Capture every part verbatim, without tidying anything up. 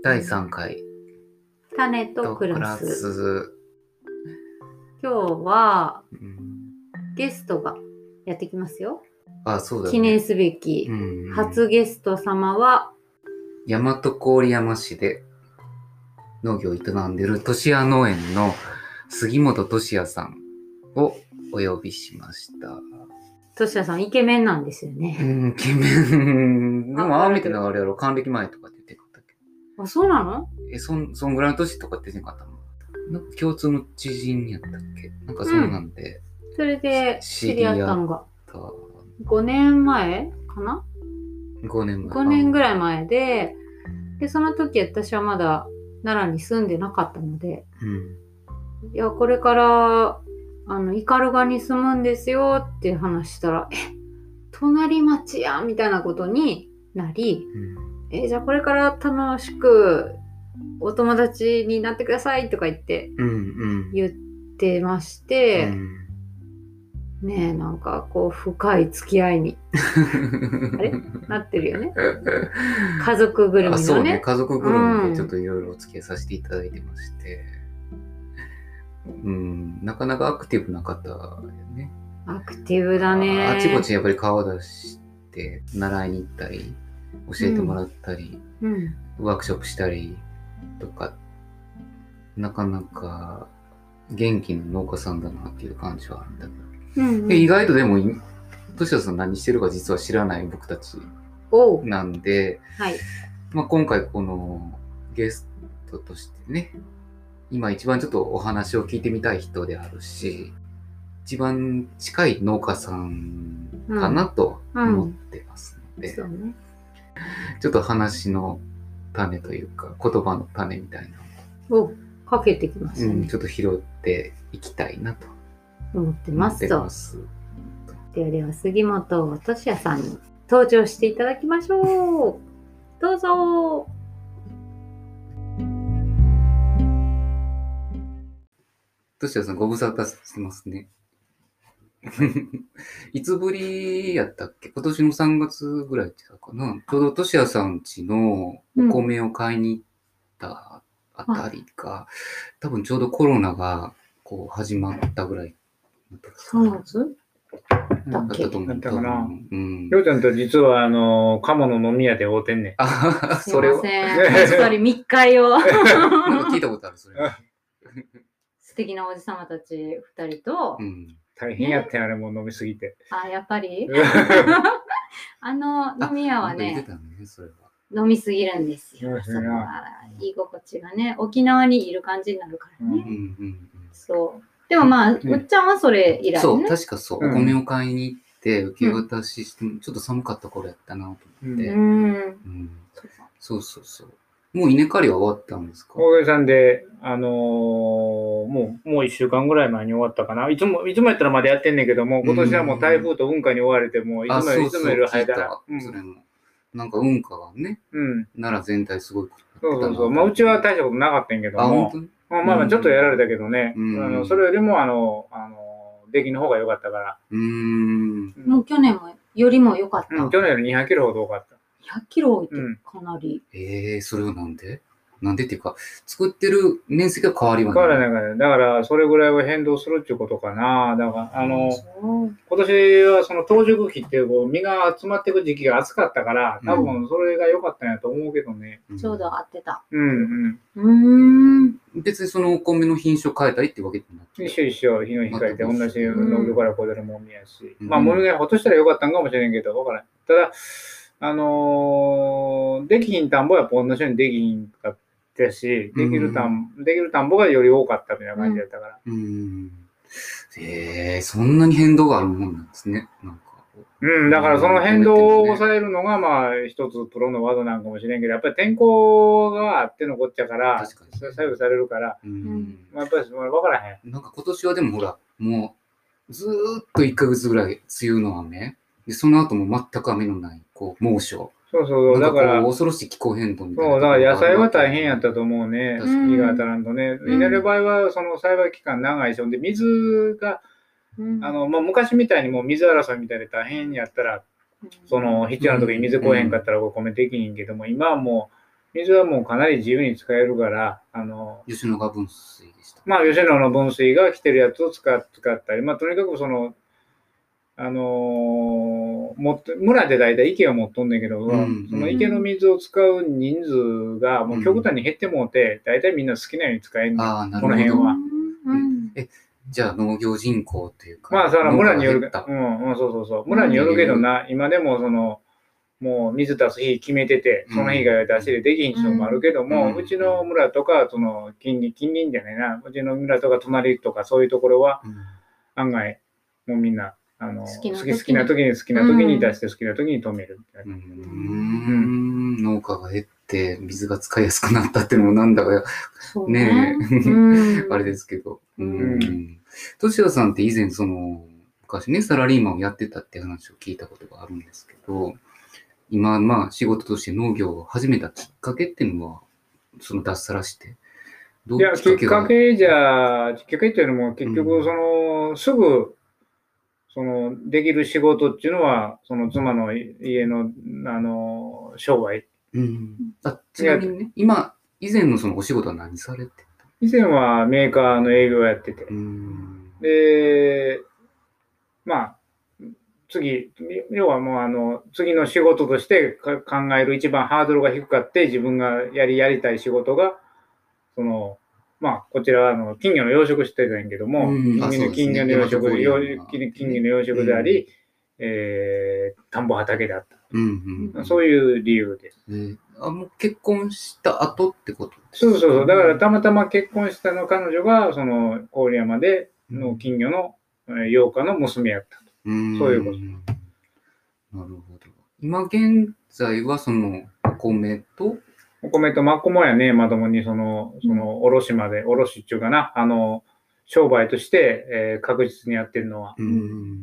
だいさんかい種ととクラクラス。 ス、 今日はうん、 ゲストがやってきますよ。 あ、そうだね。 記念すべきうんうん初ゲスト様は、 大和郡山市で農業を営んでいるとしや農園の杉本俊也さんをお呼びしました。 としやさんイケメンなんですようね。 ん、イケメン。でも、 あああ見てのあれやろ、還暦前とかって言ってなかったっけ？ あ、そうなの？ え、そん、そんぐらいの年とかって言ってなかったの？なんか共通の知人やったっけ？なんかそんなんで。 それで知り合ったのがたごねんまえかな？ ごねんまえ。 ごねんぐらい前で、で、その時私はまだ奈良に住んでなかったので、 うん。 いや、これから、あの、斑鳩に住むんですよって話したら、え、隣町やんみたいなことになり、 うんえ、じゃあこれから楽しくお友達になってくださいとか言ってうんうん言ってまして、 うんねえ、なんかこう深い付き合いにあれなってるよね。家族ぐるみのね。 あ、そうね、家族ぐるみでちょっといろいろお付き合いさせていただいてまして、うん、なかなかアクティブな方よね。 アクティブだね。 あちこちやっぱり顔出して習いに行ったり、教えてもらったり、 うん、 ワークショップしたりとか、なかなか元気な農家さんだなっていう感じはあるんだけど。 うんうん、 で意外とでも、としやさん何してるか実は知らない僕たちなんで、 はい、 まあ、今回このゲストとしてね、今一番ちょっとお話を聞いてみたい人であるし、一番近い農家さんかなと思ってますので、 うんうんそうね、 ちょっと話の種というか言葉の種みたいなのをかけてきましたね、 うん、ちょっと拾っていきたいなと思って思ってますと。 ますではでは杉本俊也さんに登場していただきましょう。どうぞ。 としやさんご無沙汰してますね。いつぶりやったっけ？今年のさんがつぐらいだったかな。ちょうどとしやさん家のお米を買いに行ったあたりか、うん、多分ちょうどコロナがこう始まったぐらいだったさんがつだったと思う。 だったかな。 うん。 りょうちゃんと実はあの鴨の飲み屋で会うてんねん。 あ、それは。 すいません。やっぱり密会を。 なんか聞いたことあるそれ。 素敵なおじさまたちふたりと。 うん、 大変やってんあれもう飲みすぎて。 あ、やっぱりあの飲み屋はね、 ねそれは飲みすぎるんですよ。そこは居心地がね、沖縄にいる感じになるからね。 うんうんうん、 そう。でもまあ、うっちゃんはそれ以来ね。 そう、確かそう。お米を買いに行って受け渡しして、うん、ちょっと寒かった頃やったなと思って。うん。うん、そうそうそう。もう稲刈りは終わったんですか？ 大げさんで、あのー、もう、もう一週間ぐらい前に終わったかな。いつも、いつもやったらまだやってんねんけども、今年はもう台風と雲海に追われて、もういつもより、いつもより早いから。 それも。なんか雲海がね、うん、奈良全体すごい。 そうそうそう。まあ、うちは大したことなかったんやけども。あ、本当に？まあまあ、ちょっとやられたけどね。うん、あのそれよりも、あの、あの、出来の方が良かったから。 うーん。もう去年もよりも良かった。 うん、去年よりにひゃくキロほど多かった。 ひゃくキロ多いってかなり。 うん、ええー、それはなんで？なんでっていうか、作ってる面積が変わりはない。変わらないから、だから、それぐらいは変動するっていうことかな。だから、あの、今年はその当熟期ってこう、実が集まっていく時期が暑かったから、多分それが良かったんやと思うけどね。 うん、ちょうど合ってた。 うんうん。うーん。別にそのお米の品種を変えたりってわけでもなくて。 一緒一緒、日の日変えて、同じ農業からこれるもみやし。うん、まあ、もみがほっとしたら良かったんかもしれんけど、わからない。ただ、あのー、できひん田んぼはやっぱ同じようにできひんかった。だし、できる田ん、うん、できる田んぼがより多かったみたいな感じだったから。 うん。ええー、そんなに変動があるもんなんですね。なんか。 うん、だからその変動を抑えるのが、まあ、一つプロの技なんかもしれんけど、やっぱり天候があってのこっちゃから、 確かに左右されるから、うん、まあ、やっぱり分からへん。なんか今年はでもほら、もう、ずーっといっかげつぐらい梅雨の雨。で、その後も全く雨のない、こう、猛暑。 そうそうそう、だから、 恐ろしい気候変動みたいな。 そう、だから野菜は大変やったと思うね。日が当たらんとね。稲の場合は、その栽培期間長いし、で、水が、うん、あの、まあ、昔みたいにもう水争いみたいで大変やったら、その、必要な時に水来えへんかったらお米できひんけども、今はもう、 水はもうかなり自由に使えるから、あの、 吉野川分水でした。 まあ、吉野の分水が来てるやつを使使ったり、まあ、とにかくその、あのー、もっと村で大体池を持っとんねんけど、うん、その池の水を使う人数がもう極端に減ってもうて、大体みんな好きなように使える、ね、 あ、なるほど、 この辺は。 うん、えじゃあ農業人口というか。 まあ、その村による、うん、うん、そうそうそう。村によるけどな、今でもその、もう水出す日決めてて、その日が出しでできひん人もあるけども、うん、うちの村とか、その近隣、近隣じゃないな、うちの村とか隣とかそういうところは、案外、もうみんな、あの好き好きな時に好きな時に出して、好きな時に止める。 うん、農家が減って水が使いやすくなったっていうのもなんだかねえ、あれですけど。としやさんって以前その昔ねサラリーマンをやってたって話を聞いたことがあるんですけど、今まあ仕事として農業を始めたきっかけっていうのはその脱サラしてどういうきっかけが？いや、きっかけじゃきっかけっていうのも結局その、うん、すぐそのできる仕事っていうのはその妻の家のあの商売、 うん、あちなみにね今以前のそのお仕事は何されてた？ 以前はメーカーの営業をやってて、うん、でまあ次要はもうあの次の仕事として考える一番ハードルが低かって自分がやりやりたい仕事がそのまあ、こちらはあの金魚の養殖してたんやけども、うん、金魚、金魚の養殖で、金魚の養殖であり、うん、えー、田んぼ畑であった、うんうん。そういう理由です。 えー、あもう結婚した後ってことですか？そうそうそう。だからたまたま結婚したの彼女が、その郡山での金魚の養家の娘やったと。うん、そういうこと。 なるほど。今現在はそのお米と、 お米とマコモやね、まともにその、その、卸まで、卸っていうかな、あの、商売として、えー、確実にやってるのは。 うん。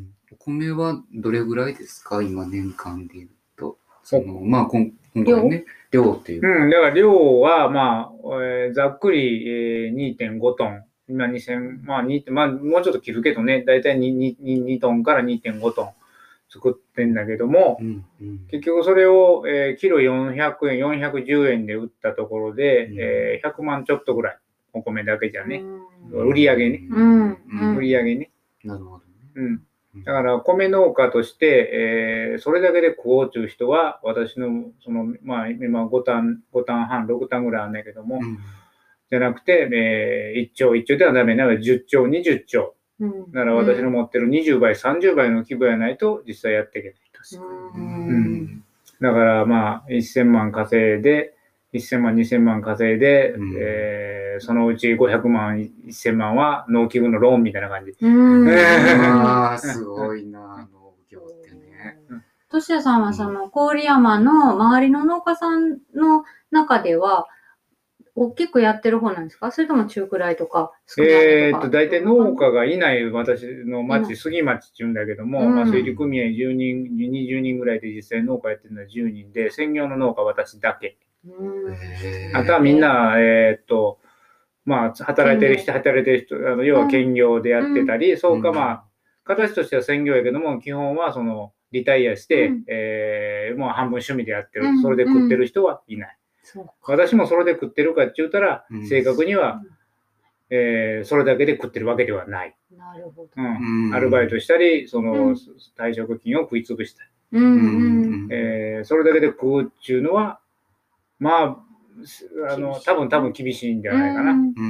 お米はどれぐらいですか今年間で言うと。その、まあ、今回ね、量っていう。 うん、だから量は、まあ、えー、ざっくり、えー、にてんごトン。今にせん、まあ、にまあ、もうちょっと切るけどね、だいたい に, に, にトンから にてんごトン。作ってんだけども、うんうん、結局それを、えー、キロよんひゃくえん、よんひゃくじゅうえんで売ったところで、うんえー、ひゃくまんちょっとぐらい、お米だけじゃね。うん、売り上げね、うんうん。売り上げね。 なるほどね。 うん。だから米農家として、えー、それだけで食おうという人は、私の、その、まあ、今ごタン、ごタンはん、ろくタンぐらいあるんだけども、うん、じゃなくて、えー、いっちょう、いっちょうではダメなので、じゅっちょう、にじゅっちょう。だから私の持ってるにじゅうばい、さんじゅうばいの規模やないと実際やっていけないと。うんうん、だからまあせんまん稼いで、せんまん、にせんまん稼いで、うんえー、そのうちごひゃくまん、せんまんは農機具のローンみたいな感じ。 うんああ、すごいな、農業ってね。 としやさんはその郡山の周りの農家さんの中では、大きくやってる方なんですか？それとも中くらいとか少ないとか？えー、っと大体農家がいない私の町、杉町っていうんだけども、うん、まあ、水利組合じゅうにん、にじゅうにんぐらいで実際農家やってるのはじゅうにんで、専業の農家は私だけ。うん、あとはみんな、えー、っと、まあ、働いてる人、働いてる人、あの要は兼業でやってたり、うん、そうかまあ、形としては専業やけども、基本はその、リタイアして、うん、えー、もう半分趣味でやってる、それで食ってる人はいない。私もそれで食ってるかって言ったら、うん、正確には、えー、それだけで食ってるわけではない。 なるほど。 うん、アルバイトしたり、その、うん、退職金を食いつぶしたり、うんえー。それだけで食うっていうのは、まあ、あの、多分多分厳しいんじゃないかな。うんうん、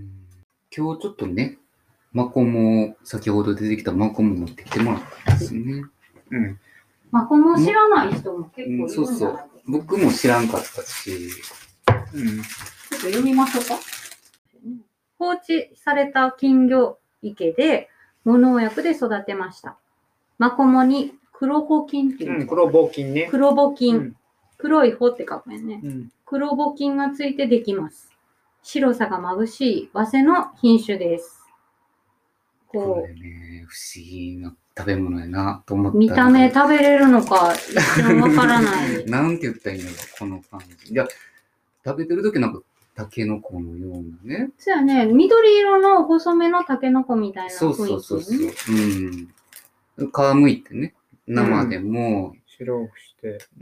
今日ちょっとね、マコモ、先ほど出てきたマコモ持ってきてもらったんですね。 うん。マコモ知らない人も結構いるんじゃない、うん、そうそう。 僕も知らんかったし、うん、ちょっと読みましょうか。放置された金魚池で無農薬で育てました。マコモに黒穂菌っていう、 うん、黒穂菌ね。 黒穂菌、うん、黒い穂って書くんね、うん。黒穂菌がついてできます。白さが眩しい早生の品種です。 これね、不思議な食べ物やなと思った。 見た目食べれるのか一瞬わからない。 なんて言ったらいいのか、この感じ。いや、食べてるときなんかタケノコのようなね。 そうやね、緑色の細めのタケノコみたいな雰囲気、ね。 そうそうそうそう。うん。皮むいてね、生でも、 うん、白くして。 ね、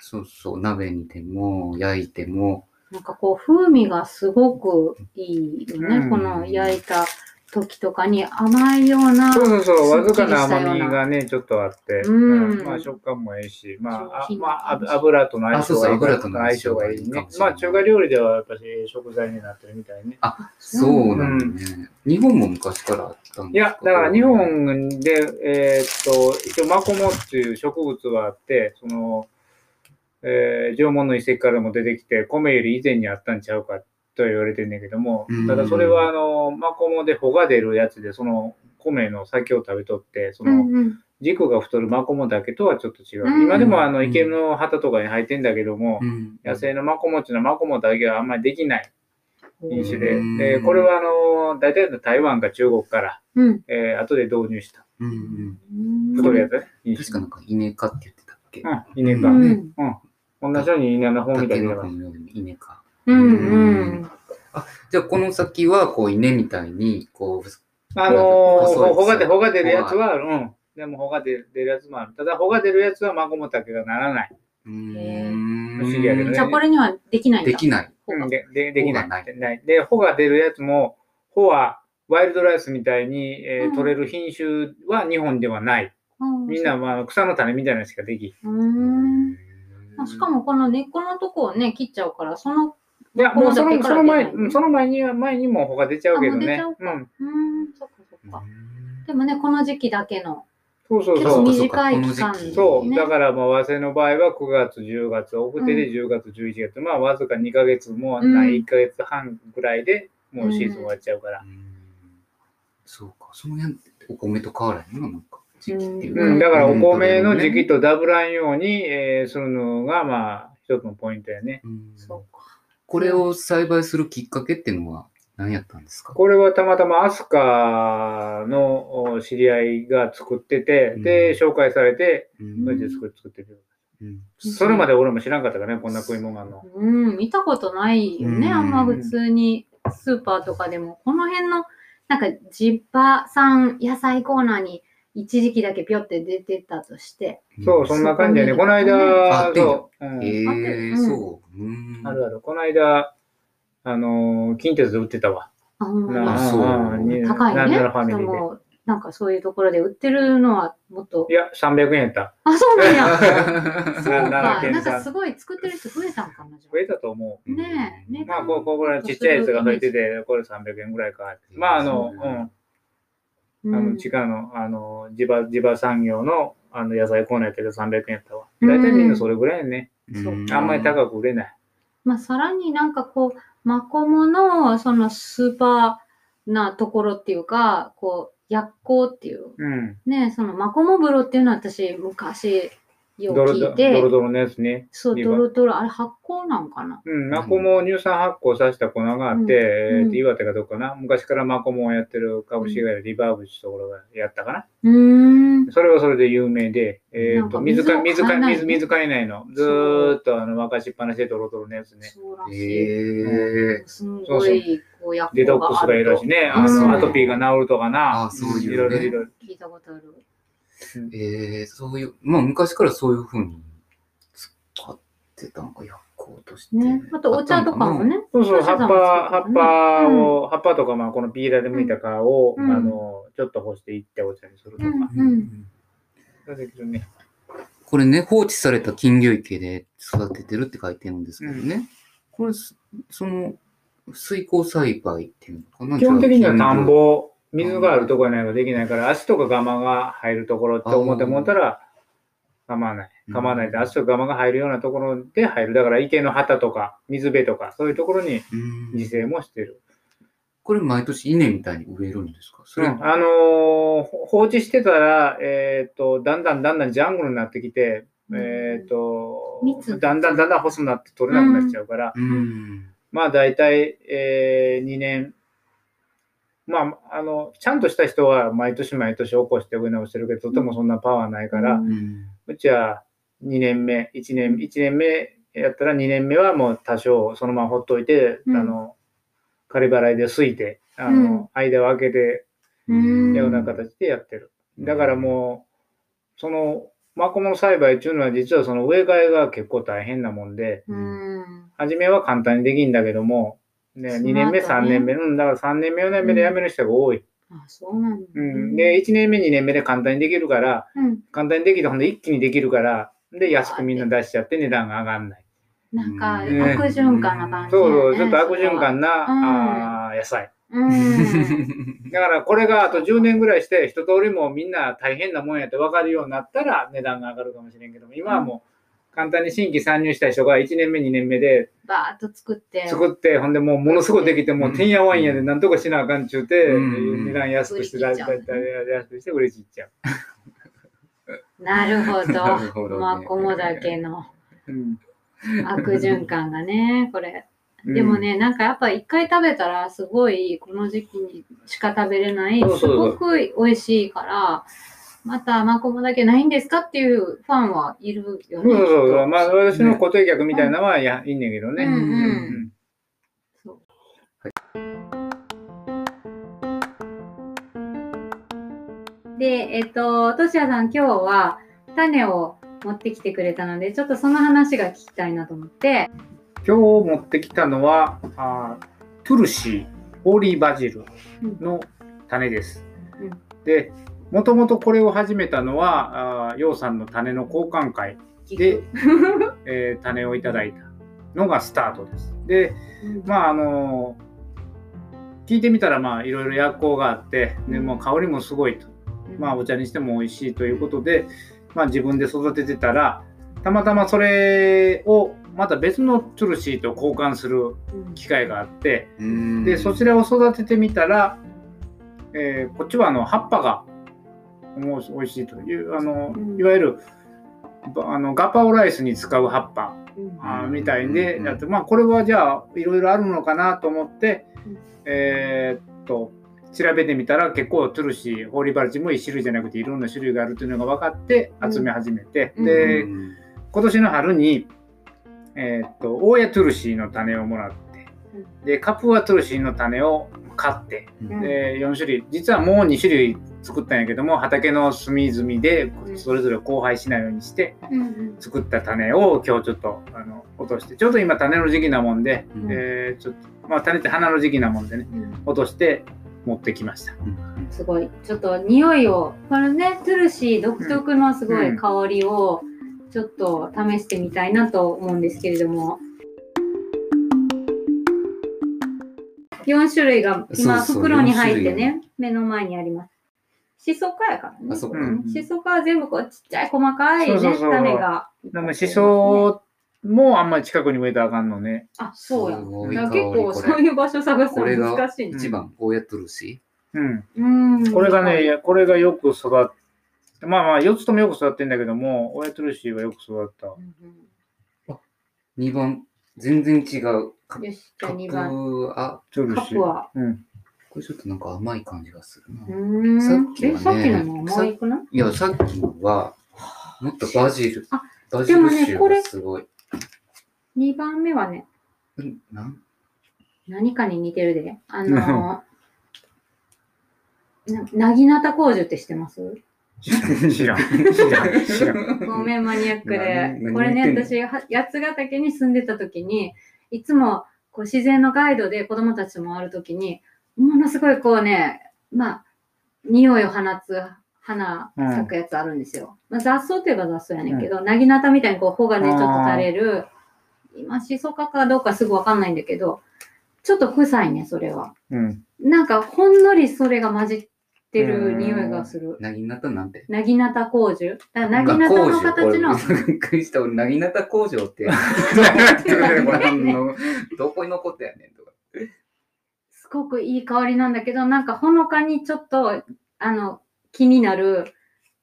そうそう、鍋にても、焼いても。 なんかこう、風味がすごくいいよね。 うんこの焼いた時とかに甘いような。 そうそうそう、わずかなすっきりしたような甘みがね、ちょっとあって、 うんうんまあ食感もいいし、まあ、あ上品まあ、 な感じあ油との相あ、そうそう、 性がいいから油との相性がいいかもしれない。 まあ中華料理ではやっぱり食材になってるみたいね。 あ、そうなんだね。日本も昔からあったんですか？ いや、だから日本で、えーっと、一応マコモっていう植物があって、その、えー縄文の遺跡からも出てきて、米より以前にあったんちゃうかと言われてるんだけども、ただそれはあの、マコモで穂が出るやつで、その米の先を食べとって、その、 うんうん軸が太るマコモだけとはちょっと違う。 うん今でもあの池の旗とかに生えてんだけども、 うん野生のマコモっていうのはマコモだけはあんまりできない品種で、 うんでこれはあの大体台湾か中国から、 うんえー後で導入したうんうんうん太るやつね。品種確かなんか稲科って言ってたっけ？ うん、稲か。 ううん。 ん同じように稲の方みたい竹にの子のように稲科。 うんうんあ、じゃあこの先はこう稲みたいにこうあのー、 細い穂が出穂が出るやつはある。うん。でも穂が出るやつもある。ただ穂が出るやつはマコモタケがならない。 うーん不思議やけどねじゃあこれにはできないんだ。 できない。 うん、で、でできない。 穂がないないで、穂が出るやつも、穂はワイルドライスみたいに、えーうん取れる品種は日本ではない。 うんみんな、まあ、草の種みたいなのしかできん。 うーんしかもこの根っこのとこをね、切っちゃうから、その、 いや、もうそのその前、 出ないうんその前には、前にも穂が出ちゃうけどね。 あもう出ちゃうかうん。 うーん、そっかそっか。でもね、この時期だけの、 そうそう結構そう。 短い期間そうかにそう。 ね。 だから、まあ、和製の場合はくがつ、じゅうがつ、奥手でじゅうがつ、じゅういちがつ、まあ、わずかにかげつもない、 うんいっかげつはんぐらいでもうシーズン終わっちゃうから。 うんそうか、その辺ってお米と変わらへんのなんか時期っていうか。 うん、だからお米の時期と。 とダブらんように、えーするのが、まあ、一つのポイントやね。 うんそうか。 これを栽培するきっかけっていうのは何やったんですか？ これはたまたまアスカのお知り合いが作ってて、で、 うん紹介されて、 うんそれで作作ってる。 うんそれまで俺も知らんかったからね、こんな食い物があるの。 うん、見たことないよね。 うんあんま普通にスーパーとかでも。この辺の、なんか、ジッパ産野菜コーナーに一時期だけぴょって出てたとして。 そう、そんな感じやね。このそこに間、 あそう、うんへえ、 うんそう。うんあるある。この間、あのー、近鉄で売ってたわ。 あ、ほんまにあそうに高いね。 なんならファミリーで。 そのなんかそういうところで売ってるのはもっとい。や、さんびゃくえんやった。 あ、そうなんや。そう奈良か。 県産なんかすごい作ってる人増えたんかな、じゃ増えたと思う。 ねえねまあ、こう、こうこれちっちゃいやつが増えてて、これさんびゃくえんぐらいか。まあ、あの、うん。 あ。 あの、地下の、あの、地場、地場産業の、あの、野菜コーナーやったけどさんびゃくえんやったわ。大体みんなそれぐらいやね。 うんあんまり高く売れない。 まあ、さらになんかこう、マコモの、そのスーパーなところっていうか、こう、薬効っていう、 うん。 ね、そのマコモ風呂っていうのは私、昔、よドロドく聞いて、 ロドロのやつね。 そう、 リバドロドロ、あれ発酵なんかな。 うん、マコモを乳酸発酵させた粉があって、 うんえーと岩手かどうかな。昔からマコモをやってる株式会社リバーブってところがやったかな。 うーん。 それはそれで有名で、えーと、 なんか水か、水か、 水を変えないね水、水変えないの。ずーっとあの、沸かしっぱなしでドロドロのやつね。 そうらしい。 へえ。 すんごい、こう、薬デトックスがい効があるといらしいね。あうんの、アトピーが治るとかな。 あそういうねいろいろいろいろ。 聞いたことある。 ええ、そういう、まあ昔からそういうふうに使ってたのか、薬効として。 ね。あと、お茶とかもね。 そうそう、葉っぱ、葉っぱを。 を、葉っぱとか、まあ、このピーラーで剥いた皮を、 うんあの、ちょっと干していってお茶にするとか。 うんあったのかな。うんができるね。 これね、放置された金魚池で育ててるって書いてるんですけどね。これ、そその、水耕栽培っていうのかな。 基本的には田んじゃあ。 ぼ、水があるところないとできないから、足とかガマが入るところって思ってもったら、構わない。構わないで、足とかガマが入るようなところで入る。だから池の旗とか、水辺とか、そういうところにうん自生もしてる。 これ毎年稲みたいに植えるんですか？それ、 うん、あのー放置してたら、えっ、と、だんだんだんだんジャングルになってきて、えっ、と密、 だんだんだんだん細くなって取れなくなっちゃうから、 うん。 まあ大体、えー、にねん、まあ、あの、ちゃんとした人は毎年毎年起こして植え直してるけど、とてもそんなパワーないから、 うんうん。 うちはにねんめ、いちねん、いちねんめやったらにねんめはもう多少そのままほっといて、 うんあの、仮払いですいて、あの、 うん間を空けて、 うんような形でやってる。だからもう、そのマコモ栽培っていうのは実はその植え替えが結構大変なもんで、 うん。 初めは簡単にできんだけども、ね、にねんめ、 その後ねさんねんめ、うん、だからさんねんめ、よねんめで辞める人が多い。 あ、そうなんだ、ね。 うん。で、いちねんめ、にねんめで簡単にできるから、 うん。 簡単にできて、ほんで一気にできるから、で、安くみんな出しちゃって値段が上がんない。 なんか、悪ね循環な感じ、ね。 そうそう、ちょっと悪循環うんな、あー野菜。 うん。 だからこれがあとじゅうねんぐらいして一通りもみんな大変なもんやって分かるようになったら値段が上がるかもしれんけども、今はもう簡単に新規参入した人がいちねんめ、にねんめでバーッと作って。 作って、ほんでもうものすごいできて、もうてんやわんやでなんとかしなあかんちゅうて、 うん値段安くして、だいたい安くして売れちっちゃう。 なるほど。 なるほどねマコモだけのうん悪循環がね、これ。でもね、なんかやっぱ一回食べたらすごいこの時期にしか食べれない、 そうそうそうすごく美味しいから、またマコモだけないんですかっていうファンはいるよね。 そうそうそう。 きっとまあ私の固定客みたいなのは、いや、いいんだけどね。 うんうんうんそうで、えっと、トシヤさん今日は種を持ってきてくれたので、ちょっとその話が聞きたいなと思って。 今日持ってきたのは、あトゥルシー、ホーリーバジルの種です。 うん、 で、もともとこれを始めたのは、ヨウさんの種の交換会で、えー、種をいただいたのがスタートです。で、うん、まああの聞いてみたら、まあいろいろ薬効があって、でもう香りもすごいと。まあお茶にしても美味しいということで、まあ自分で育ててたら、たまたまそれをまた別のトゥルシーと交換する機会があって、うん、でそちらを育ててみたら、えー、こっちはあの葉っぱがもう美味しいというあの、うん、いわゆるあのガパオライスに使う葉っぱ、うん、みたいで、うん、まあこれはじゃあいろいろあるのかなと思って、うん、えー、っと調べてみたら結構トゥルシー、ホーリーバジルもいち種類じゃなくていろんな種類があるというのが分かって集め始めて、うん、で、うん今年の春に、えー、っと大谷トゥルシーの種をもらって、でカプアトゥルシーの種を買って、うん、でよん種類、実はもうに種類作ったんやけども、畑の隅々でそれぞれ交配しないようにして作った種を今日ちょっとあの落として、ちょうど今種の時期なもんで、うんえー、ちょっとまあ種って花の時期なもんでね、うん、落として持ってきました。 すごい、ちょっと匂いを、これね、トゥルシー独特のすごい香りを、うんうんちょっと試してみたいなと思うんですけれども、よん種類が今袋に入ってね、目の前にあります。シソ科やからね。うん、シソ科は全部こうちっちゃい細かいね、そうそうそう種が、ね。 でもシソもあんまり近くに植えたらあかんのね。 あ、そうや。だ結構そういう場所探すの難しい、ね。 一番大谷トゥルシー。うん。うんこれがね、これがよく育って。まあまあよっつともよく育ってんだけども、大谷トゥルシーはよく育った。うんうん、あにばん、全然違う。 よし、じゃあにばん。 あ、 トゥルシー。 カプは、 うん。これちょっとなんか甘い感じがするな。 うんさっきはね、 さっきのも甘いくない？ いや、さっきのは、もっとバジル。あ、バジル臭がすごい。ね、 にばんめはね、 うん、なん何かに似てるで。あのー、な、なぎなた工樹って知ってます？ 知らん、知らん、知らん。 ごめん、マニアックで。これね、私、八ヶ岳に住んでた時に、いつもこう自然のガイドで子供たちと回る時に、ものすごいこうね、まあ、匂いを放つ花咲くやつあるんですよ。うん、まあ、雑草といえば雑草やねんけど、なぎなたみたいにこう穂がね、ちょっと垂れる、今、シソ科かどうかすぐわかんないんだけど、ちょっと臭いね、それは。うん、なんか、ほんのりそれが混じって、てる匂いがする。 なぎなたなんてなぎなた工場。だなぎなたの形の。 びっくりした。俺、なぎなた工場って。どこに残ったやねんとか。 すごくいい香りなんだけど、なんかほのかにちょっと、あの、気になる、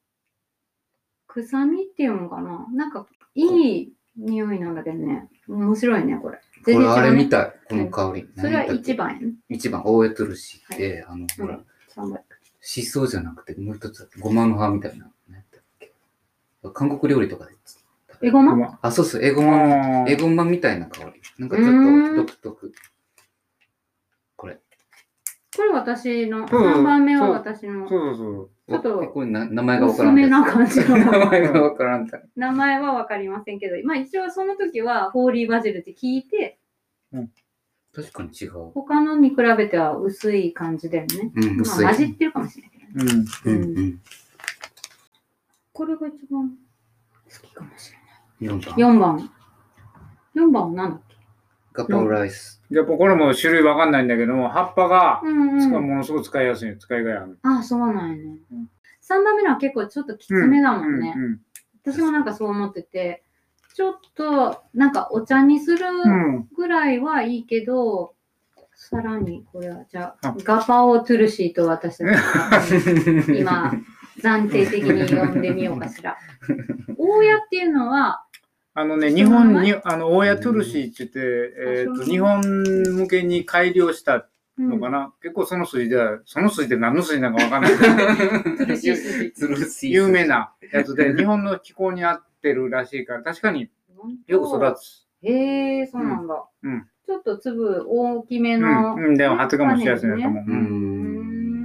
臭みっていうのかな。なんか、いい匂いなんだけどね。面白いね、これ。 これあれみたい。この香り。 それは一番やね。 一番、大江トゥルシーって、あの、ほら。しそじゃなくて、もう一つ、ごまの葉みたいな。韓国料理とかで。 えごま？ あ、そうそう、えごま。えごまみたいな香り。なんかちょっと独特。これ。 これ私の、さんばんめは私の。 そうそうそう。 ちょっとこれな名前がわからん。 薄めな感じの名前がわからん。 名前はわかりませんけど、まあ一応その時はホーリーバジルって聞いて、 うん、 確かに違う。 他のに比べては薄い感じだよね。 うん、薄い。 まあ、混じってるかもしれないけどね。 うん。 うん。うん。 これが一番好きかもしれない。 よんばん。 よんばん。よんばんは何だっけ？ ガパオライス。 やっぱこれも種類わかんないんだけども、葉っぱが、 うんうん、 ものすごく使いやすい、使いがいある。 ああ、そうなんやね。 うん、 さんばんめのは結構ちょっときつめだもんね。 うんうんうん、 私もなんかそう思ってて、ちょっとなんかお茶にするぐらいはいいけど、うん、さらにこれはじゃあ、ガパオトゥルシーと私たちが今、暫定的に読んでみようかしら。大家っていうのは、 あのね、日本に、あの、大家トゥルシーって言って、えー、と日本向けに改良したのかな、うん、結構その筋では、その筋で何の筋なのかわかんないけど、有名なやつで、日本の気候に合ってるらしいから、確かによく育つ。 へえ、そうなんだ。 うん。 ちょっと粒大きめの、 うん、うん、でも発芽もしやすいなと思う。 うん、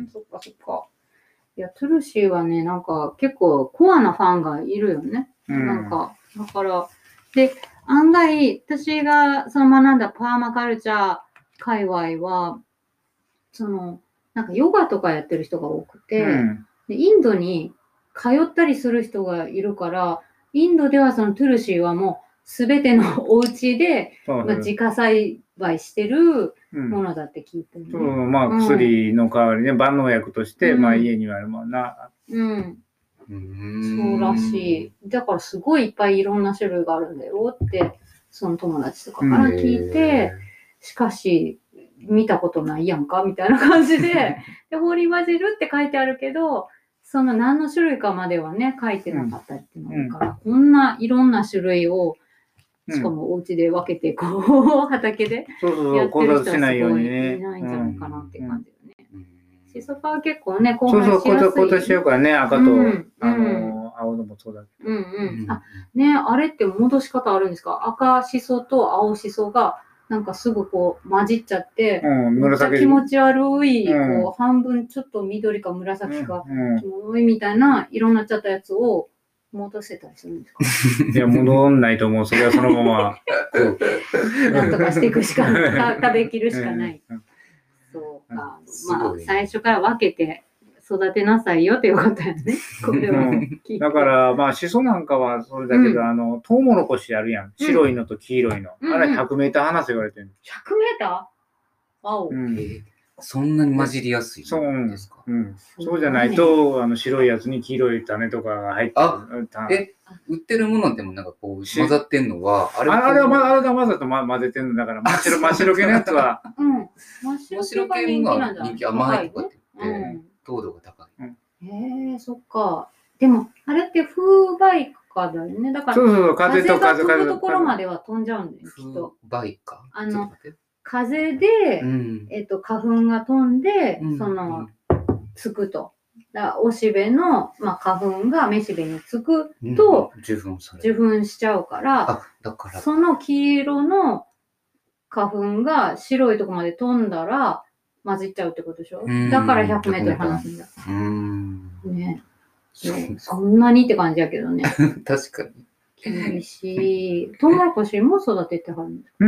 そっかそっか。いや、トゥルシーはね、なんか結構コアなファンがいるよね。うん、なんか、だから、で、案外、私がその学んだパーマカルチャー界隈は、その、なんかヨガとかやってる人が多くて、うん、でインドに通ったりする人がいるから、インドではそのトゥルシーはもうすべてのお家で、まあ、自家栽培してるものだって聞いてる、ね、 そう、まあ薬の代わりね、うん、万能薬として、まあ家にはあるもんな。 うん。そうらしい。だからすごいいっぱいいろんな種類があるんだよって、その友達とかから聞いて、しかし、見たことないやんかみたいな感じで、で、ホーリーバジルって書いてあるけど、その何の種類かまではね、書いてなかったりっていうのがあるから、うん、こんないろんな種類を、しかもお家で分けて、こう、畑でやってる人はすごいいないんじゃないかなっていう感じだね。シソ科は結構ね、 交配しやすい。そうそう、今年よくはね、赤と、うん、あの、青のもそうだけど。うんうん。あ、ね、あれって戻し方あるんですか？赤シソと青シソが、なんかすぐこう混じっちゃって、うん、めっちゃ気持ち悪い、うん、こう半分ちょっと緑か紫か、気持ち悪いみたいな色になっちゃったやつを戻せたりするんですか？ いや、戻んないと思う。それはそのまま。 なんとかしていくしかない。食べきるしかない。そうか。まあ、最初から分けて育てなさいよっていうことやね。これは、うん。 だから、まあ、シソなんかはそれだけど、うん、あの、トウモロコシあるやん。白いのと黄色いの。うん、あれひゃくメーター離せ言われてる。 ひゃくメーター？青。 うん、そんなに混じりやすいんですか？ そう、うん。そうじゃないと、あの、白いやつに黄色い種とかが入ってる。 あ、え、売ってるものでもなんかこう混ざってんのは、 あれあれはまあれが混ざって混ぜてんのだから、真っ白、真っ白系のやつは。 うん。真っ白系のが人気、 甘いとかって言って、糖度が高い。 へえ、そっか。でも、あれって風媒花だよね。だから、 そうそう、風と風が飛ぶところまでは飛んじゃうんだよ、きっと。 風媒花？ あの、風で、えっと、花粉が飛んで、その、つくと。だおしべの、まあ、花粉がめしべにつくと、 うん、受粉される。受粉しちゃうから、 あ、だからその黄色の花粉が白いとこまで飛んだら混じっちゃうってことでしょ。だからひゃくメートル離すんだ。 うーん。 ね。そんなにって感じやけどね。 確かに。 厳しい。トウモロコシも育ててはるんですか？ うん。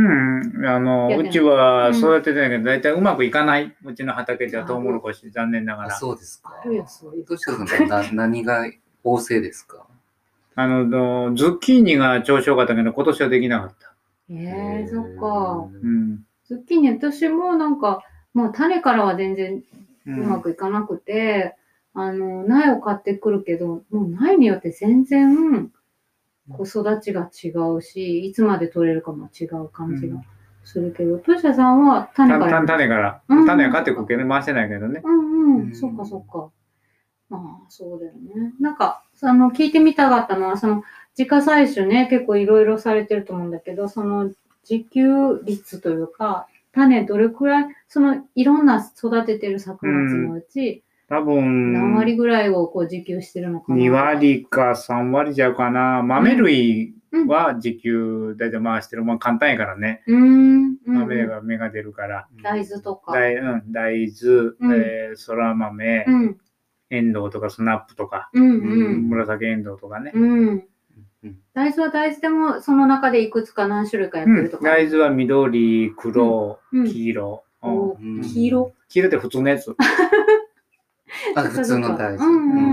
あの、うちは育ててないけど、だいたいうまくいかない。うちの畑ではトウモロコシ、残念ながら。 そうですか。どうしてな何が旺盛ですか？ あの、ズッキーニが調子よかったけど、今年はできなかった。 へえー、そっか。 うん。 ズッキーニ、私もなんか、もう種からは全然うまくいかなくて、うん、あの、苗を買ってくるけど、もう苗によって全然、子育ちが違うし、いつまで取れるかも違う感じがするけど、トシヤさんは種から。 種から。種は買ってくるけど、回してないけどね。 うんうん、そっかそっか。まあ、そうだよね。なんか、あの、聞いてみたかったのは、その、自家採取ね、結構いろいろされてると思うんだけど、その、自給率というか、種どれくらい、その、いろんな育ててる作物のうち、 多分、 何割ぐらいをこう自給してるのかな。 に割かさん割じゃうかな。豆類は自給大体回してる。まあ簡単やからね。 うん。 豆が芽が出るから。 大豆とか。 大、うん、大豆、うん、えー、そら豆、 うん、 エンドウとかスナップとか、 うんうん、 紫エンドウとかね。 うん。大豆は大豆でもその中でいくつか何種類かやってるとか、 うん、大豆は緑、黒、うん、黄色、 うん、黄色黄色って普通のやつ。 あ、普通の大豆。 うんうん。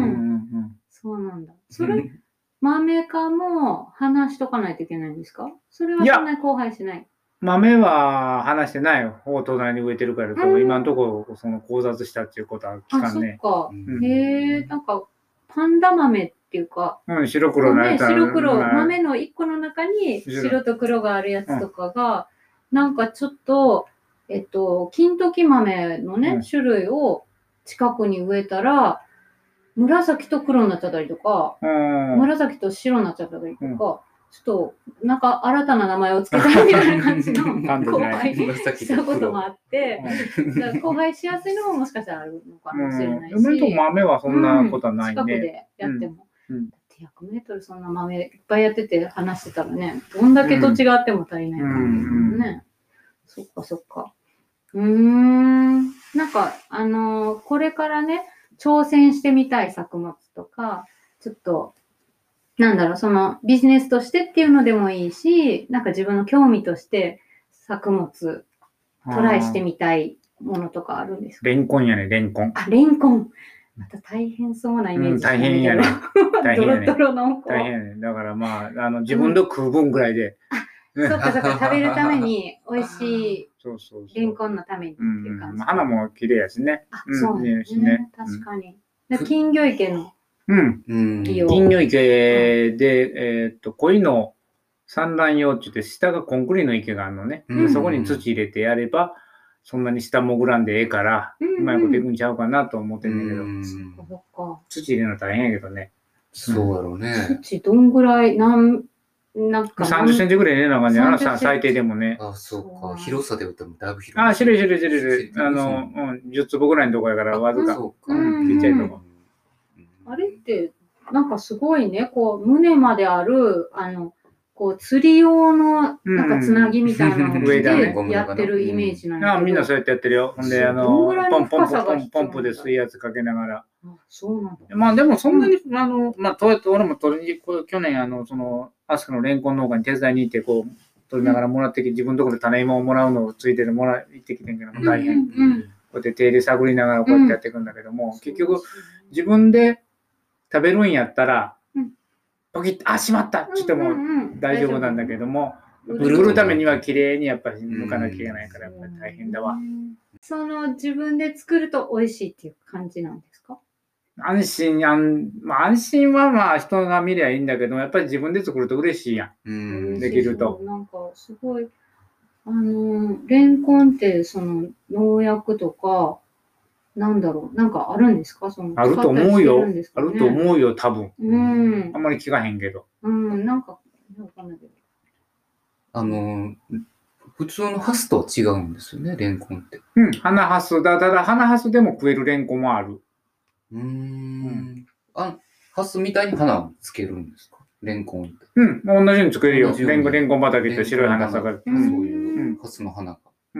そうなんだ。それ、豆科も話しとかないといけないんですか？それはそんなに交配しない？ 豆は話してないよ。お隣に植えてるから、うん、今のところその交雑したっていうことは聞かんね。 あ、そっか。うん、へえ、なんかパンダ豆っていうか、 うん、白黒のやつ、 ね、白黒、豆の一個の中に白と黒があるやつとかが、うん、なんかちょっと、えっと、金時豆のね、うん、種類を近くに植えたら、紫と黒になっちゃったりとか、うん、紫と白になっちゃったりとか、うん、ちょっと、なんか新たな名前を付けたみたいな感じの交配したこともあって、交配しやすいのももしかしたらあるのかもしれないし。 うん、と豆はそんなことはないね。 近くでやっても。うんうん、だってひゃくメートルそんな豆いっぱいやってて話してたらね、どんだけ土地があっても足りないからね。うんうん、そっかそっか。うーん。なんか、あのー、これからね、挑戦してみたい作物とか、ちょっと、なんだろう、そのビジネスとしてっていうのでもいいし、なんか自分の興味として作物トライしてみたいものとかあるんですか？ レンコンやね、レンコン。 あ、レンコン。また大変そうなイメージ、 うん、大変やね。 大変やね。ドロドロの大変やね。だからまあ、あの自分で食う分ぐらいで。 うん、そっかそっか、食べるために美味しいレンコンのためにっていう感じ。 うん、花も綺麗やしね。 あ、そうなんですね。確かに。金魚池の。 うん。金魚池で、えっと、鯉の産卵用って言って、下がコンクリの池があるのね。うん、そこに土入れてやれば、そんなに下潜らんでええから、うんうん、うまいこといくんちゃうかなと思ってんだけど。うん、そっか。土入れるの大変やけどね。 そうやろうね。 土どんぐらい、なんなんかさんじゅっセンチぐらいね、なんかね、あの最低でもね。 あ、そうか。広さで言ってもだいぶ広い。 あ、知る知る知る知る。あの、うん、じゅっつぼぐらいのとこやから、わずか。 そうか。 ちっちゃいとこ。 あれって、なんかすごいね、こう、胸まである、あの、こう、釣り用の、なんかつなぎみたいなのでやってるイメージなんだけど。 あ、みんなそうやってやってるよ。ほんで、あの、ポンポンポンポンポンプで水圧かけながら。 あ、そうなんだ。 まあでもそんなに、あの、まあ、とやって俺も取りに、去年、あの、その、アスカのレンコン農家に手伝いに行って、こう、取りながらもらってきて、自分のところで種芋をもらうのをついててもらってきてんけども、大変。こうやって手入れ探りながらこうやってやっていくんだけども、結局、自分で食べるんやったら、ポキッと、あ、しまったって言っても大丈夫なんだけども、売るためには綺麗にやっぱり抜かなきゃいけないから、やっぱり大変だわ。 その自分で作ると美味しいっていう感じなんですか？ 安心、安、まあ、安心はまあ人が見りゃいいんだけど、やっぱり自分で作ると嬉しいやん。うん、できると。 なんかすごい、あの、レンコンってその農薬とか、なんだろう、なんかあるんですか？そのあると思うよ。ね、あると思うよ、多分。うん。あんまり聞かへんけど。 うん、なんか、わかんないけど。 あの、普通のハスとは違うんですよね、レンコンって。 うん、花ハスだ。ただ、花ハスでも食えるレンコンもある。 うーん。うん、あ、ハスみたいに花をつけるんですか？レンコンって。 うん、同じように作れるよ。レンコン、レンコン畑って白い花咲かる。 そういうハスの花が。うん。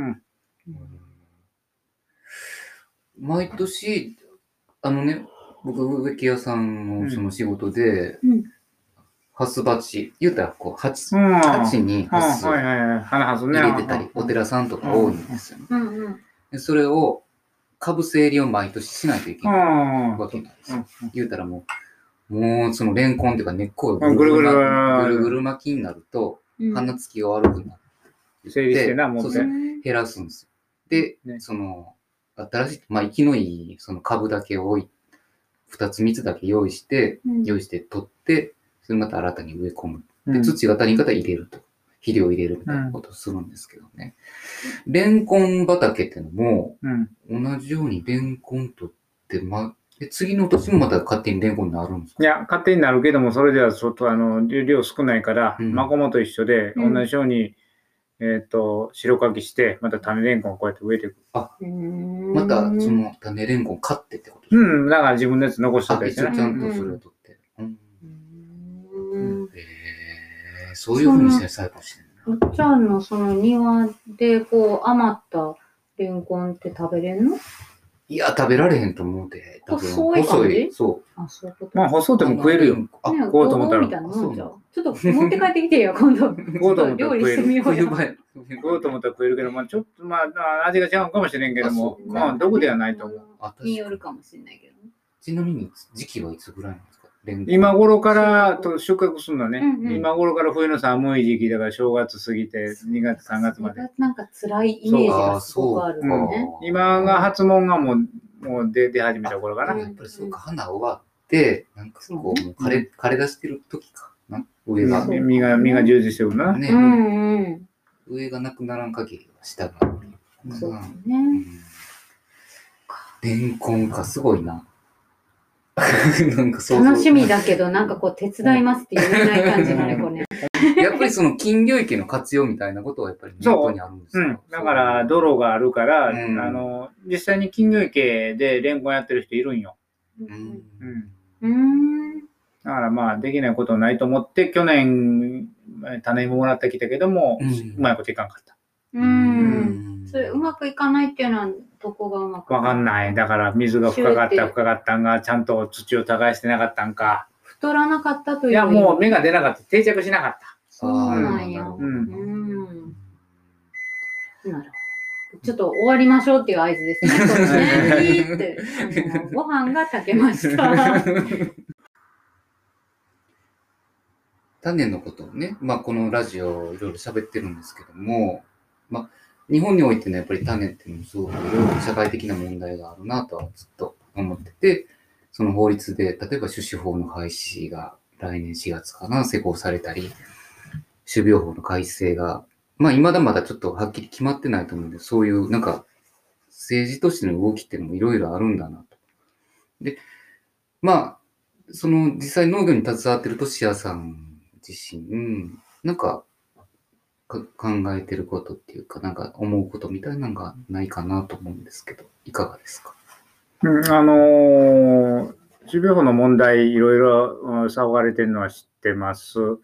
毎年、あのね、僕、植木屋さんのその仕事で、うん、ハス鉢、言うたらこう、鉢、うん、鉢にハスを入れてたり、お寺さんとか多いんですよね。うんうん、でそれを、かぶせ入りを毎年しないといけないわけなんですよ。うん、言うたらもう、もうそのレンコンっていうか根っこがぐるぐるぐるぐる巻きになると、花つきが悪くなって、 整理してな、 もう減らすんですよ。で、ね、その、新しい、まあ、生きのいい、その株だけを置い、二つ三つだけ用意して、うん、用意して取って、それまた新たに植え込む。で、土が足りんかったら入れると。肥料を入れるみたいなことをするんですけどね。うん、レンコン畑っていうのも、うん、同じようにレンコン取って、ま、で次の年もまた勝手にレンコンになるんですか？ いや、勝手になるけども、それではちょっとあの、量少ないから、うん、マコモと一緒で、同じように、えっと、白かきして、また種レンコンをこうやって植えていく。 あ、またその種レンコン買ってってことですか？うん、だから自分のやつ残してたりしてね。ちゃんとそれを取って。うんうん、えー、そういうふうにして栽培してるんだ。おっちゃんのその庭でこう余ったレンコンって食べれんの？ いや、食べられへんと思うで。多分細い感じ？ そう。 あ、そういうこと。 まあ、細うても食えるよ。 あ、 食おうと思ったら。 みたいなもんじゃん。ちょっと持って帰ってきてよ、今度。 食おうと思ったら料理してみようよ。 食おうと思ったら食えるけど、まあ、ちょっと、まあ、味が違うかもしれんけども、まあ、どこではないと思う。 によるかもしれないけど。 ちなみに、時期はいつぐらいなんですか？ 今頃からと収穫するのね、うんうん、今頃から冬の寒い時期だから正月過ぎてにがつさんがつまで。 なんか辛いイメージがすごくあるよね。 うん、今が初物がもう、もう出出始めた頃かな。 やっぱりそうか、花終わって、なんかこう、もう枯れ、枯れ出してる時かな。上が。 実が、実が充実してるな。 ね、うんうん。 上がなくならん限りは下が。 そうだね。 レンコンか、すごいな。 なんかそうそう楽しみだけど、なんかこう手伝いますって言えない感じのね、これね。 やっぱりその金魚池の活用みたいなことはやっぱり根本にあるんですよ。 うん、だから泥があるから、うん、あの実際に金魚池でレンコンやってる人いるんよ。うんうん、だからまあできないことないと思って去年種ももらってきたけども、うん、うまいこといかんかった。 うんうんそれうまくいかないっていうのはどこがうまくわかんない。だから水が深かった深かったんがちゃんと土を耕してなかったんか。 太らなかったという。 いやもう芽が出なかった。定着しなかった。 そうなんや。うん。うんなるほど。ちょっと終わりましょうっていう合図ですね。そうね。いいって。ご飯が炊けました。 種のことをね、まあこのラジオいろいろ喋ってるんですけども、まあ日本においてのやっぱり種っていうのもすごくいろいろ社会的な問題があるなとはずっと思ってて、その法律で、例えば種子法の廃止が来年しがつかな、施行されたり、種苗法の改正が、まあ未だまだちょっとはっきり決まってないと思うんで、そういうなんか政治としての動きっていうのもいろいろあるんだなと。で、まあ、その実際農業に携わってるとしやさん自身、なんか、か考えてることっていうか、なんか思うことみたいなのがないかなと思うんですけど、いかがですか？ うん、あのー、種苗法の問題、いろいろ騒がれてるのは知ってます。うん、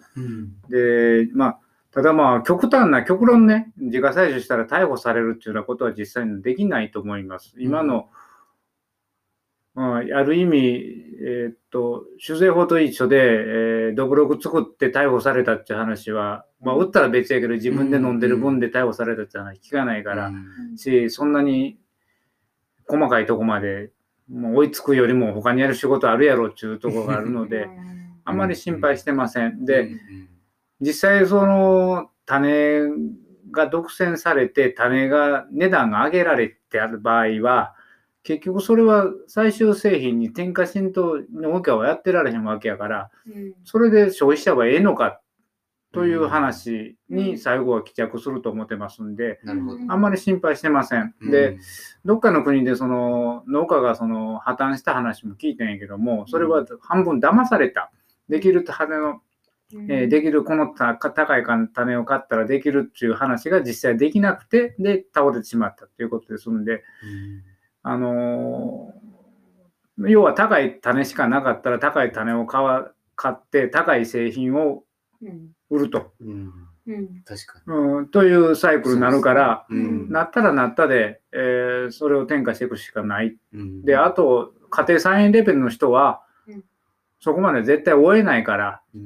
で、まあ、ただまあ、極端な、極論ね、自家採取したら逮捕されるっていうようなことは実際にできないと思います。今の、うん、ある意味、えー、っと、酒税法と一緒で、えー、どぶろく作って逮捕されたっていう話は、まあ、売ったら別やけど、自分で飲んでる分で逮捕されたって話聞かないから、うん、し、そんなに細かいとこまで、もう追いつくよりも他にやる仕事あるやろっていうところがあるので、あんまり心配してません。で、実際その種が独占されて、種が値段が上げられてある場合は、結局それは最終製品に転嫁しんと農家はやってられへんわけやから、それで消費者はええのかという話に最後は帰着すると思ってますんで、あんまり心配してません。で、どっかの国でその農家がその破綻した話も聞いてんやけども、それは半分騙された。できる種の、えー、できるこの高い種を買ったらできるっていう話が実際できなくて、で倒れてしまったということですんで、あのー、要は高い種しかなかったら高い種を買って高い製品を売ると、 うんうん、確かに、 うん、というサイクルになるから、うん、なったらなったで、えー、それを転嫁していくしかない、うん、であと家庭菜園レベルの人は、うん、そこまで絶対追えないから、うん、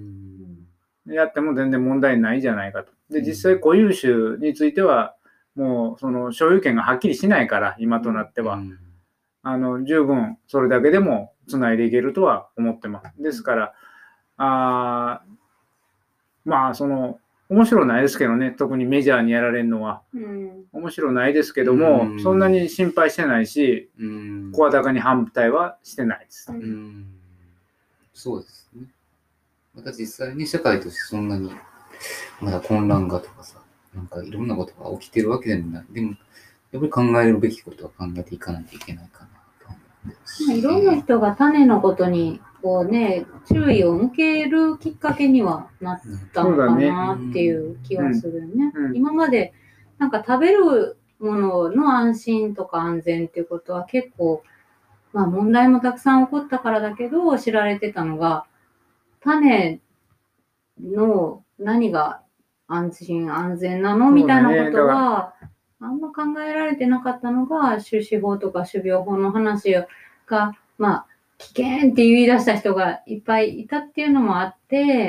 やっても全然問題ないじゃないかと。で実際固有種についてはもうその所有権がはっきりしないから今となっては、うん、あの十分それだけでもつないでいけるとは思ってます。ですからあまあその面白ないですけどね、特にメジャーにやられるのは、うん、面白ないですけども、うん、そんなに心配してないし、うん、声高に反対はしてないです、うん、 そうですね。また実際に社会としてそんなにまだ混乱がとかさ、なんかいろんなことが起きてるわけでもない。でもやっぱり考えるべきことは考えていかないといけないかなと思ってますし、 いろんな人が種のことにこうね、注意を向けるきっかけにはなったのかなっていう気はするよね。うんうん、今までなんか食べるものの安心とか安全っていうことは結構、まあ問題もたくさん起こったからだけど知られてたのが、種の何が安心安全なのみたいなことはあんま考えられてなかったのが、種子法とか種苗法の話が、まあ、危険って言い出した人がいっぱいいたっていうのもあって、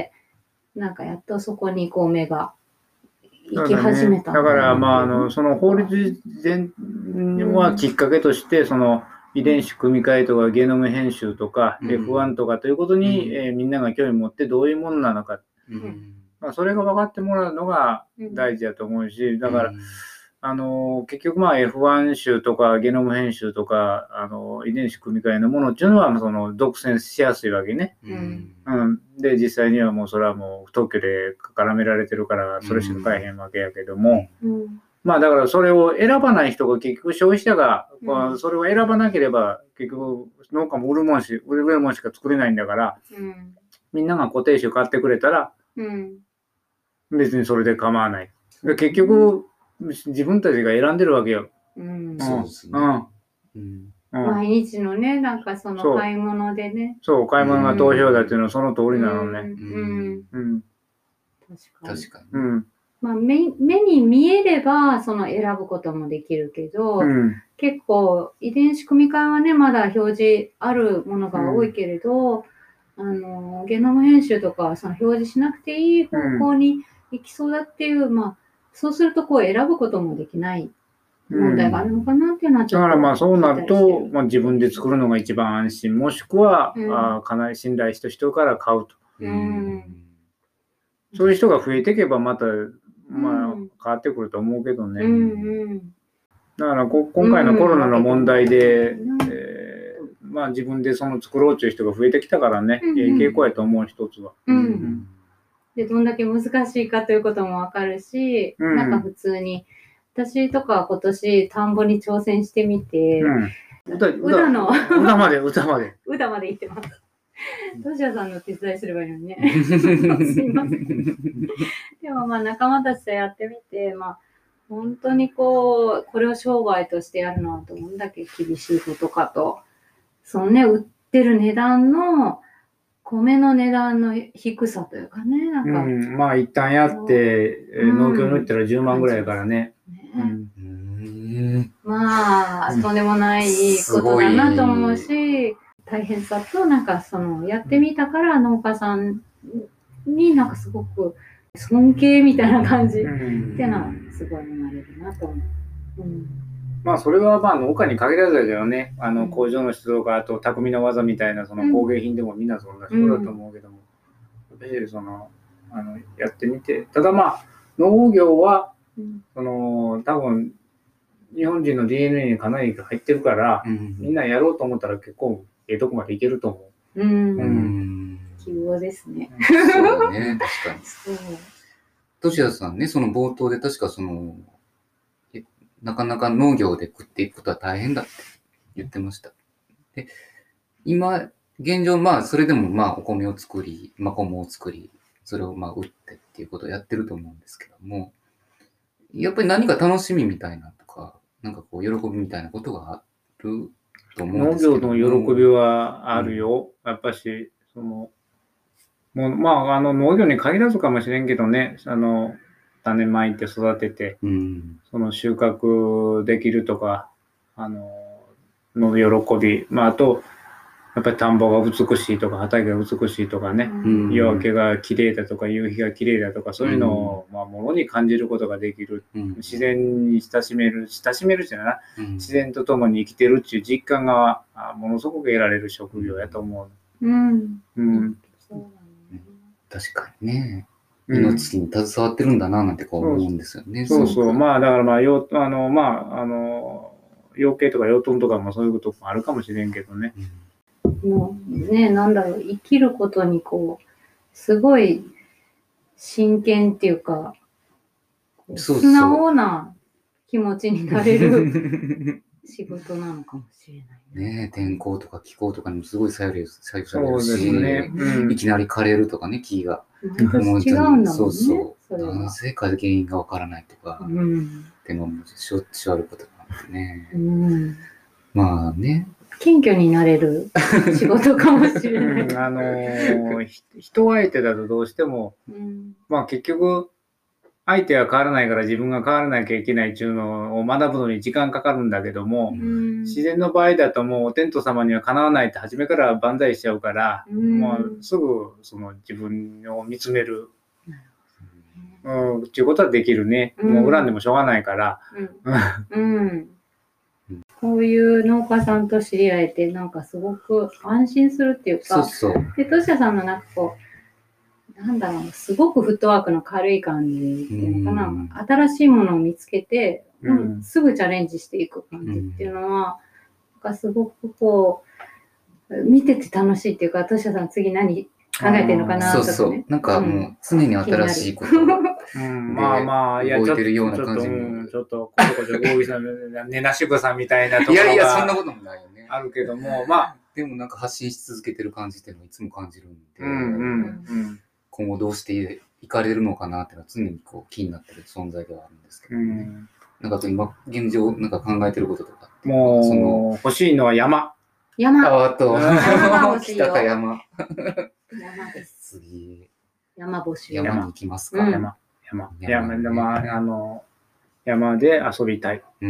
なんかやっとそこにこう目が行き始めた。 だから、まあ、あの、その法律前はきっかけとして、その遺伝子組み換えとかゲノム編集とか エフワン とかということに、えー、みんなが興味を持ってどういうものなのか。うんまあ、それが分かってもらうのが大事だと思うし、だから、あの結局まあ エフワン 種とかゲノム編集とかあの遺伝子組み換えのものっていうのはその独占しやすいわけね、うんうん、で実際にはもうそれはもう特許で絡められてるからそれしか買えへんわけやけども、うん、まあだからそれを選ばない人が結局消費者が、うんまあ、それを選ばなければ結局農家も売るもんし売るもんしか作れないんだから、うん、みんなが固定種買ってくれたら、うん、別にそれで構わない。で結局自分たちが選んでるわけよ。 うん、そうですね。 うんうん、毎日のね、なんかその買い物でね。 そう、そう買い物が投票だっていうのはその通りなのね。うん。 うん。確かに。 確かに。 うん。 まあ目、目に見えれば、その選ぶこともできるけど、うん、結構遺伝子組み換えはね、まだ表示あるものが多いけれど、うん、あの、ゲノム編集とか、その表示しなくていい方向に行きそうだっていう、まあ、そうするとこう選ぶこともできない問題があるのかなっていうのはちょっと、 うん、だからまあそうなると、まあ、自分で作るのが一番安心、もしくは、うん、あかなり信頼した人から買うと、うん、そういう人が増えていけばまた、まあ、変わってくると思うけどね、うんうん、だからこ今回のコロナの問題で、うんえーまあ、自分でその作ろうという人が増えてきたからね、うんうん、傾向やと思う一つは。うんうんでどんだけ難しいかということもわかるし、うん、なんか普通に私とかは今年田んぼに挑戦してみて、うん、 歌, 歌の歌まで歌まで歌まで行ってます。トシヤさんの手伝いすればいいのにね。すいません。でもまあ仲間たちとやってみて、まあ本当にこうこれを商売としてやるのはどんだけ厳しいことかと、そのね売ってる値段の米の値段の低さというかね、なんか、 うん、まあ一旦やって、うん、農協に売ったらじゅうまんぐらいだからね。ねうん、まあ、とんでもないことだなと思うし、大変さと、なんかその、やってみたから農家さんになんかすごく尊敬みたいな感じっていうのはすごい生まれるなと思う。うんまあそれはまあ農家に限らずだけどね、あの工場の人とかあと匠の技みたいなその工芸品でもみんなそんな人だと思うけども、やっぱりそのあのやってみて、ただまあ農業はその多分日本人の ディーエヌエー にかなり入ってるから、みんなやろうと思ったら結構ええとこまでいけると思う。うん。 希望ですね。 そうね、確かに。トシヤさんね、その冒頭で確かそのなかなか農業で食っていくことは大変だって言ってました。で、今、現状、まあ、それでもまあ、お米を作り、まあ、米を作り、それをまあ、売ってっていうことをやってると思うんですけども、やっぱり何か楽しみみたいなとか、なんかこう、喜びみたいなことがあると思うんですけども。 農業の喜びはあるよ。うん、やっぱし、その、もうまあ、あの、農業に限らずかもしれんけどね、あの、種まいて育てて、うん、その収穫できるとか、あの、の喜び、まあ、あと、やっぱり田んぼが美しいとか、畑が美しいとかね、うん、夜明けが綺麗だとか、夕日が綺麗だとか、そういうのを、うん、まあ、ものに感じることができる。うん、自然に親しめる、親しめるじゃない、うん、自然と共に生きてるっていう実感が、ものすごく得られる職業やと思う。うん。 うん。確かにね。命に携わってるんだななんてこう思うんですよね。 うん、そうそう。まあだからまあよあのまああの養鶏とか養豚とかもそういうこともあるかもしれんけどね。 うん、もうねなんだろう生きることにこうすごい真剣っていうか素直な気持ちになれる仕事なのかもしれない。 ねえ、天候とか気候とかにもすごい左右されるし、ねうん、いきなり枯れるとかね、木が。 もう違うんだもんね。 そうそう。なぜか原因がわからないとか、うん、っていうのもしょっちゅうあることなんでね。うん、まあね。 謙虚になれる仕事かもしれない。うん、 あのー、人相手だとどうしても、うん、まあ結局、 相手は変わらないから自分が変わらなきゃいけないっていうのを学ぶのに時間かかるんだけども、うん、自然の場合だともうお天道様にはかなわないって初めから万歳しちゃうから、うん、もうすぐその自分を見つめる、うん、っていうことはできるね、うん、もう恨んでもしょうがないから、 うんうんこういう農家さんと知り合えてなんかすごく安心するっていうか、 そうそうでトシヤさんのなんかこうなんだろうすごくフットワークの軽い感じっていうのかな、うん、新しいものを見つけて、うん、すぐチャレンジしていく感じっていうのは、うん、なんかすごくこう見てて楽しいっていうか、トシヤさん次何考えてるのかなとかね。 そうそうなんかもう常に新しいことうん、まあまあ、いや、 動いてるような感じも。ちょっと、こちょこちょ、ゴーギさん、ねなしぐさみたいなところが。 いやいや、そんなこともないよね。 あるけども、まあ。 でもなんか発信し続けてる感じっていうのをいつも感じるんで、 うんうんうん、 今後どうしていかれるのかなっていうのは常にこう気になってる存在ではあるんですけどね。うん、なんか今、現状なんか考えてることとか。 もう、その欲しいのは山。 山。 あ、あと、山来たか山。 山です。 次。 山募集。 山に行きますか。 うん、山。山、山、山、あの、山で遊びたい。 うん、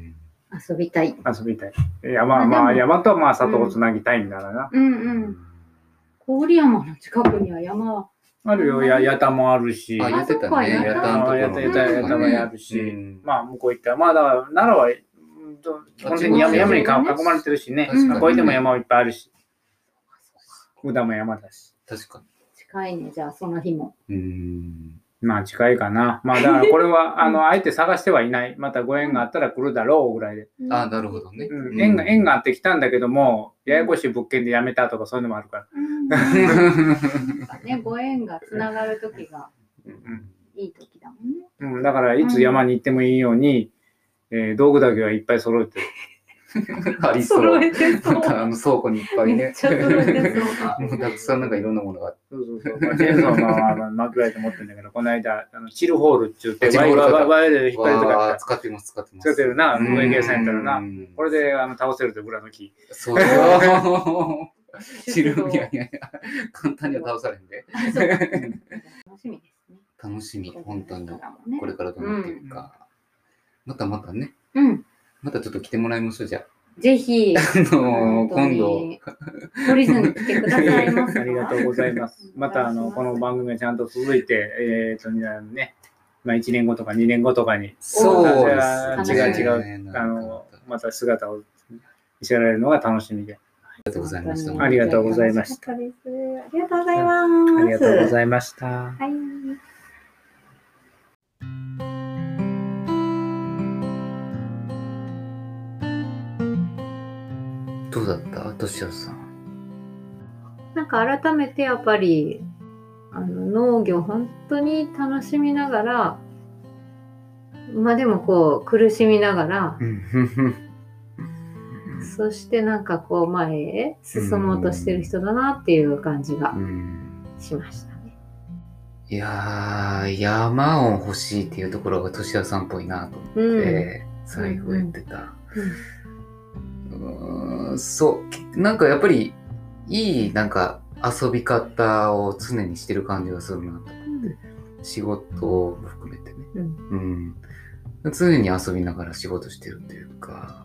遊びたい。 遊びたい。山、まあ、山とまあ里をつなぎたいんだろうな。 うんうん。郡山の近くには山はあるよ、や、やたもあるし。 あ、言ってたね。 やたも、やた、やた、やたもあるし。まあ、向こう行ったら、まあ、だから、奈良は、本当に山に囲まれてるしね。ここでも山いっぱいあるし。宇田も山だし。 確かに。 近いね、じゃあその日も。 うん。 まあ近いかな。まあだからこれは、あの、あえて探してはいない。またご縁があったら来るだろうぐらいで。 ああ、なるほどね。 うん、縁が、縁があってきたんだけども、ややこしい物件で辞めたとかそういうのもあるから。 ね、ご縁がつながる時がいい時だもんね。 うん、だからいつ山に行ってもいいように、えー、道具だけはいっぱい揃えてる。 ありそう。 揃えてそう。 あの倉庫にいっぱいね。 めっちゃ揃えてそう。 もうたくさんなんかいろんなものが。 そうそうそう。まあ、チェーンソーのマクライト持ってるんだけど、この間、あのチルホールって言って、ワイヤーワイヤーで引っ張りとか。 使ってます、使ってます。 使ってるな、運営計算やったらな。これであの倒せると裏の木。 そうそう。チル、いやいやいや、簡単には倒されんで。 楽しみですね。 楽しみ、本当に。これからどうなっていくか。またまたね。 うん。 またちょっと来てもらいましょう、じゃあ。 ぜひ、 あの今度、 懲りずに来てくださいます。ありがとうございます。また、あの、この番組がちゃんと続いて、えっとね、まあいちねんごとかにねんごとかに、 そうです。違う違う、あの、また姿を見せられるのが楽しみで。 ありがとうございました。 ありがとうございました。 ありがとうございます。 ありがとうございました。 はい。 どうだったトシヤさん。 なんか改めてやっぱりあの農業本当に楽しみながら、まあでもこう苦しみながら、そしてなんかこう前へ進もうとしてる人だなっていう感じがしましたね。 いやー、山を欲しいっていうところがトシヤさんっぽいなと思って、うん、最後言ってた。うんうんうんそう、なんかやっぱりいいなんか遊び方を常にしてる感じがするなと思って、うん、仕事を含めてね、うんうん、常に遊びながら仕事してるというか、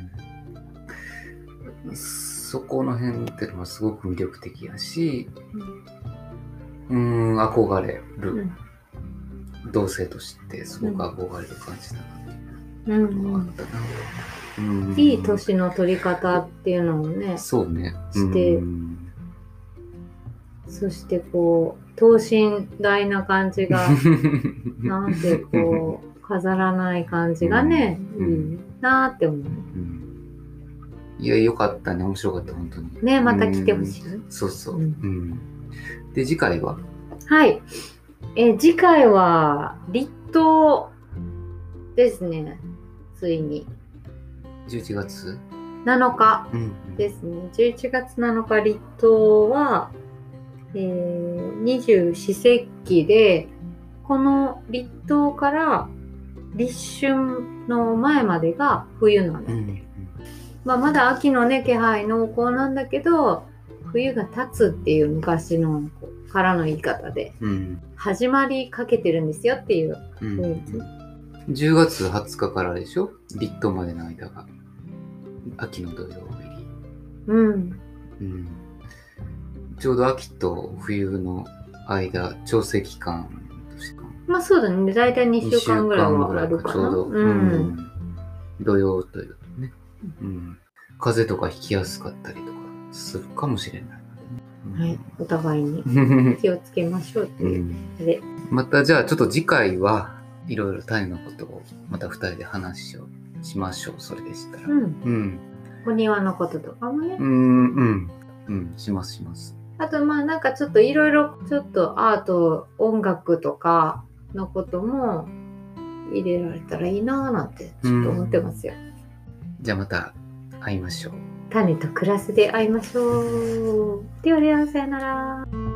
うん、そこの辺っていうのはすごく魅力的やし、うん、憧れる、うん、同性としてすごく憧れる感じだなっていうのがあったな。うん、 いい年の取り方っていうのをね、 そうね、 して、うん、そしてこう等身大な感じがなんてこう飾らない感じがね、うん、いいなって思う、うん、 いやよかったね、面白かった本当にね、また来てほしい、 うん、そうそう、うんうん、で次回ははいえ次回は立冬ですね、ついにじゅういちがつなのかですね、うん、じゅういちがつなのか立冬は、えー、二十四節気で、この立冬から立春の前までが冬なんだって、うんうん、まあ、まだ秋のね気配濃厚なんだけど、冬が経つっていう昔のからの言い方で、 うん、 始まりかけてるんですよっていう雰囲気、 うん、じゅうがつはつかからでしょ、立冬までの間が秋の土曜日、 うん、 うん、ちょうど秋と冬の間、調整期間としてか、 まあそうだね、だいたいにしゅうかんぐらいはあるかな。 ちょうど、うんうん、土曜というとね、うん、風邪とかひきやすかったりとかするかもしれないので、ね、 はい、お互いに気をつけましょうっていう、うん、でまたじゃあちょっと次回はいろいろ種のことをまたふたりで話をしましょう。それでしたら、うん、うん、 お庭のこととかもね、 うんうんうん、しますします。 あとまあなんかちょっといろいろちょっとアート、音楽とかのことも入れられたらいいなーなんてちょっと思ってますよ。 うん、じゃあまた会いましょう。 種と暮らすで会いましょう。ではではさよなら。